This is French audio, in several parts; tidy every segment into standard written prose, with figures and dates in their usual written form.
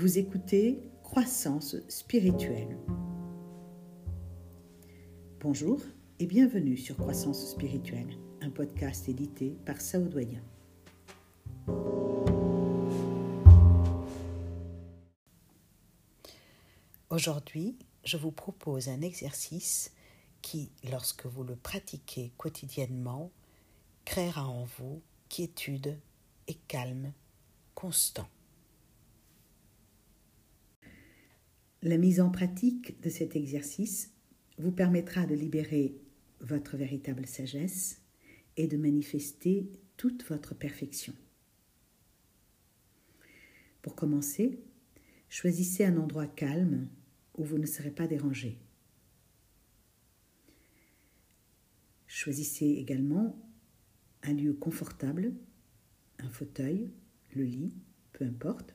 Vous écoutez Croissance spirituelle. Bonjour et bienvenue sur Croissance spirituelle, un podcast édité par Saoudoyen. Aujourd'hui, je vous propose un exercice qui, lorsque vous le pratiquez quotidiennement, créera en vous quiétude et calme constant. La mise en pratique de cet exercice vous permettra de libérer votre véritable sagesse et de manifester toute votre perfection. Pour commencer, choisissez un endroit calme où vous ne serez pas dérangé. Choisissez également un lieu confortable, un fauteuil, le lit, peu importe.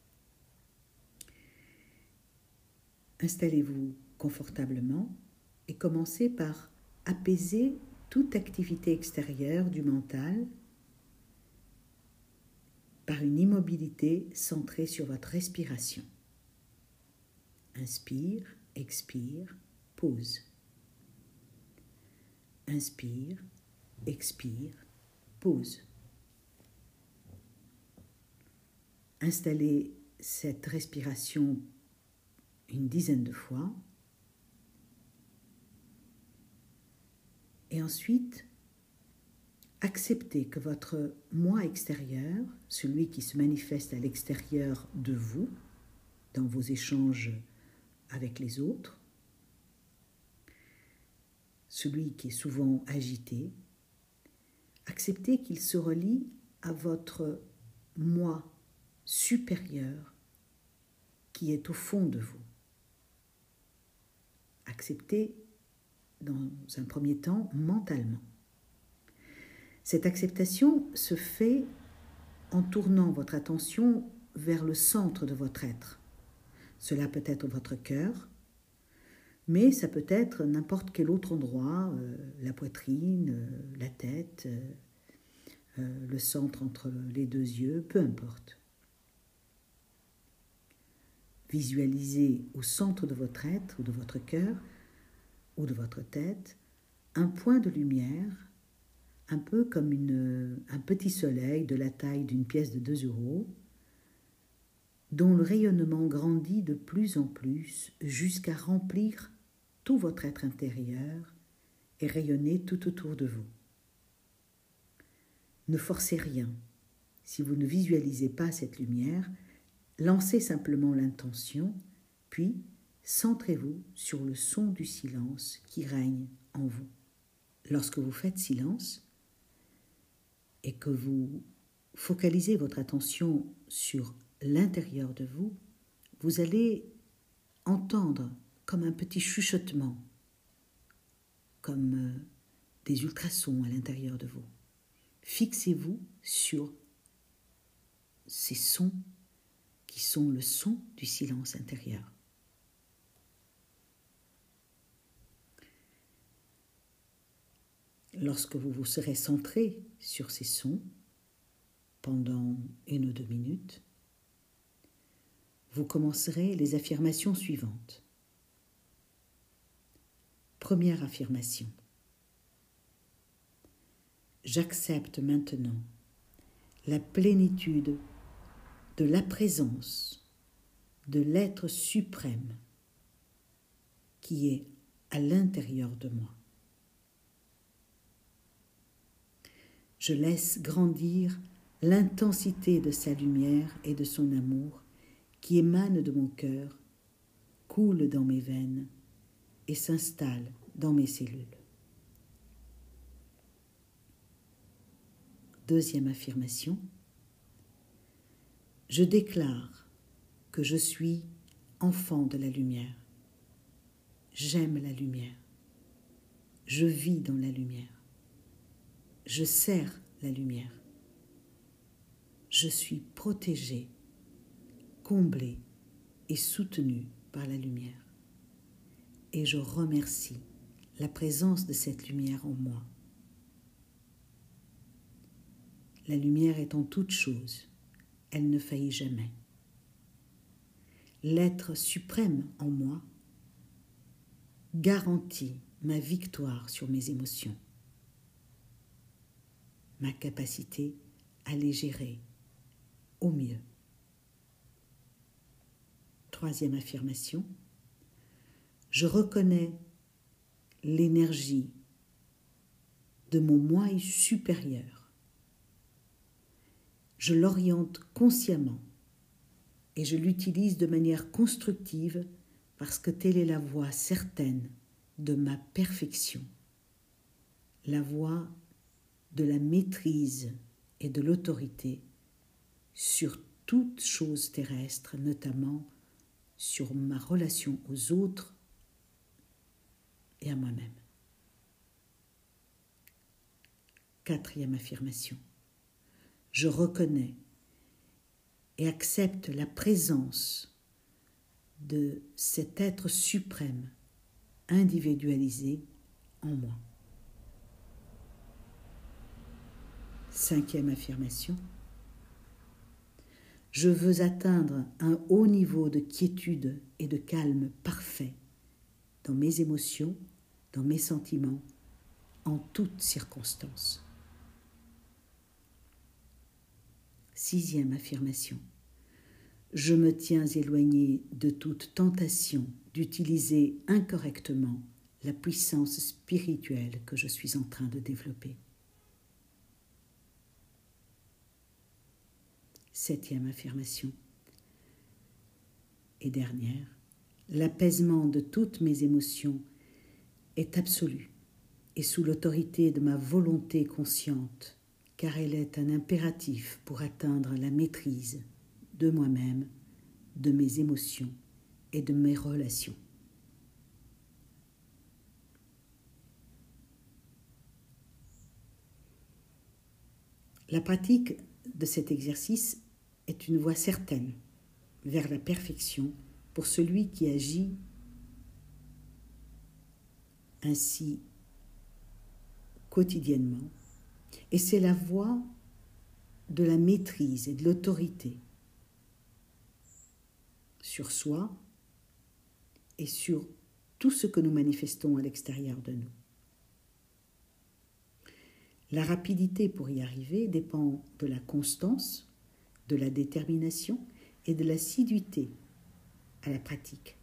Installez-vous confortablement et commencez par apaiser toute activité extérieure du mental par une immobilité centrée sur votre respiration. Inspire, expire, pause. Inspire, expire, pause. Installez cette respiration une dizaine de fois. Et ensuite, acceptez que votre moi extérieur, celui qui se manifeste à l'extérieur de vous, dans vos échanges avec les autres, celui qui est souvent agité, acceptez qu'il se relie à votre moi supérieur qui est au fond de vous. Acceptez dans un premier temps mentalement. Cette acceptation se fait en tournant votre attention vers le centre de votre être. Cela peut être votre cœur, mais ça peut être n'importe quel autre endroit, la poitrine, la tête, le centre entre les deux yeux, peu importe. Visualisez au centre de votre être ou de votre cœur ou de votre tête un point de lumière, un peu comme un petit soleil de la taille d'une pièce de 2 €, dont le rayonnement grandit de plus en plus jusqu'à remplir tout votre être intérieur et rayonner tout autour de vous. Ne forcez rien. Si vous ne visualisez pas cette lumière, lancez simplement l'intention, puis centrez-vous sur le son du silence qui règne en vous. Lorsque vous faites silence et que vous focalisez votre attention sur l'intérieur de vous, vous allez entendre comme un petit chuchotement, comme des ultrasons à l'intérieur de vous. Fixez-vous sur ces sons qui sont le son du silence intérieur. Lorsque vous vous serez centré sur ces sons pendant 1 ou 2 minutes, vous commencerez les affirmations suivantes. Première affirmation. J'accepte maintenant la plénitude de la présence de l'être suprême qui est à l'intérieur de moi. Je laisse grandir l'intensité de sa lumière et de son amour qui émane de mon cœur, coule dans mes veines et s'installe dans mes cellules. Deuxième affirmation. Je déclare que je suis enfant de la lumière. J'aime la lumière. Je vis dans la lumière. Je sers la lumière. Je suis protégé, comblé et soutenu par la lumière. Et je remercie la présence de cette lumière en moi. La lumière est en toute chose, elle ne faillit jamais. l'être suprême en moi garantit ma victoire sur mes émotions, ma capacité à les gérer au mieux. Troisième affirmation, je reconnais l'énergie de mon moi supérieur. Je l'oriente consciemment et je l'utilise de manière constructive parce que telle est la voie certaine de ma perfection, la voie de la maîtrise et de l'autorité sur toute chose terrestre, notamment sur ma relation aux autres et à moi-même. Quatrième affirmation, je reconnais et accepte la présence de cet être suprême individualisé en moi. Cinquième affirmation, je veux atteindre un haut niveau de quiétude et de calme parfait dans mes émotions, dans mes sentiments, en toutes circonstances. Sixième affirmation, je me tiens éloigné de toute tentation d'utiliser incorrectement la puissance spirituelle que je suis en train de développer. Septième affirmation et dernière, l'apaisement de toutes mes émotions est absolu et sous l'autorité de ma volonté consciente, car elle est un impératif pour atteindre la maîtrise de moi-même, de mes émotions et de mes relations. La pratique de cet exercice est une voie certaine vers la perfection pour celui qui agit ainsi quotidiennement, et c'est la voie de la maîtrise et de l'autorité sur soi et sur tout ce que nous manifestons à l'extérieur de nous. La rapidité pour y arriver dépend de la constance, de la détermination et de l'assiduité à la pratique.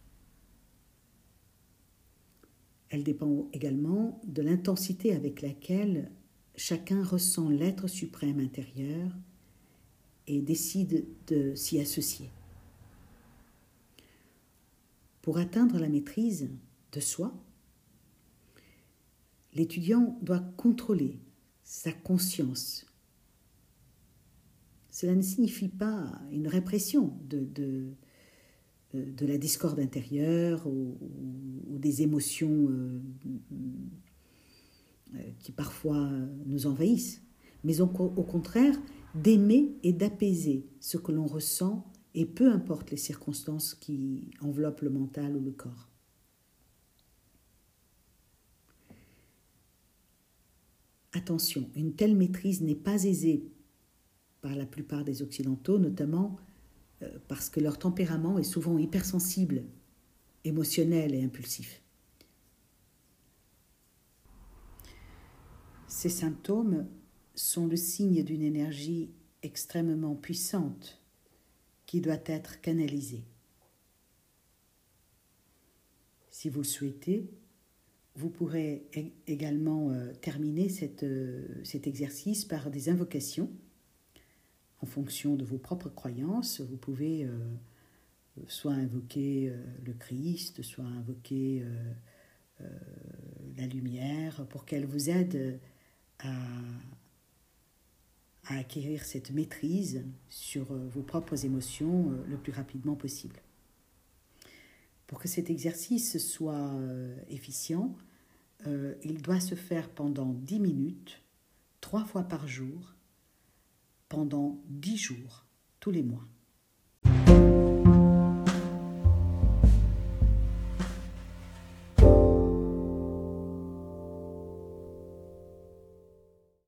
Elle dépend également de l'intensité avec laquelle chacun ressent l'être suprême intérieur et décide de s'y associer. Pour atteindre la maîtrise de soi, l'étudiant doit contrôler sa conscience. Cela ne signifie pas une répression de la discorde intérieure ou des émotions qui parfois nous envahissent, mais au contraire d'aimer et d'apaiser ce que l'on ressent, et peu importe les circonstances qui enveloppent le mental ou le corps. Attention, une telle maîtrise n'est pas aisée par la plupart des Occidentaux, notamment parce que leur tempérament est souvent hypersensible, émotionnel et impulsif. Ces symptômes sont le signe d'une énergie extrêmement puissante qui doit être canalisée. Si vous le souhaitez, vous pourrez également terminer cet exercice par des invocations. En fonction de vos propres croyances, vous pouvez soit invoquer le Christ, soit invoquer la lumière pour qu'elle vous aide à acquérir cette maîtrise sur vos propres émotions le plus rapidement possible. Pour que cet exercice soit efficient, il doit se faire pendant 10 minutes, 3 fois par jour, pendant 10 jours, tous les mois.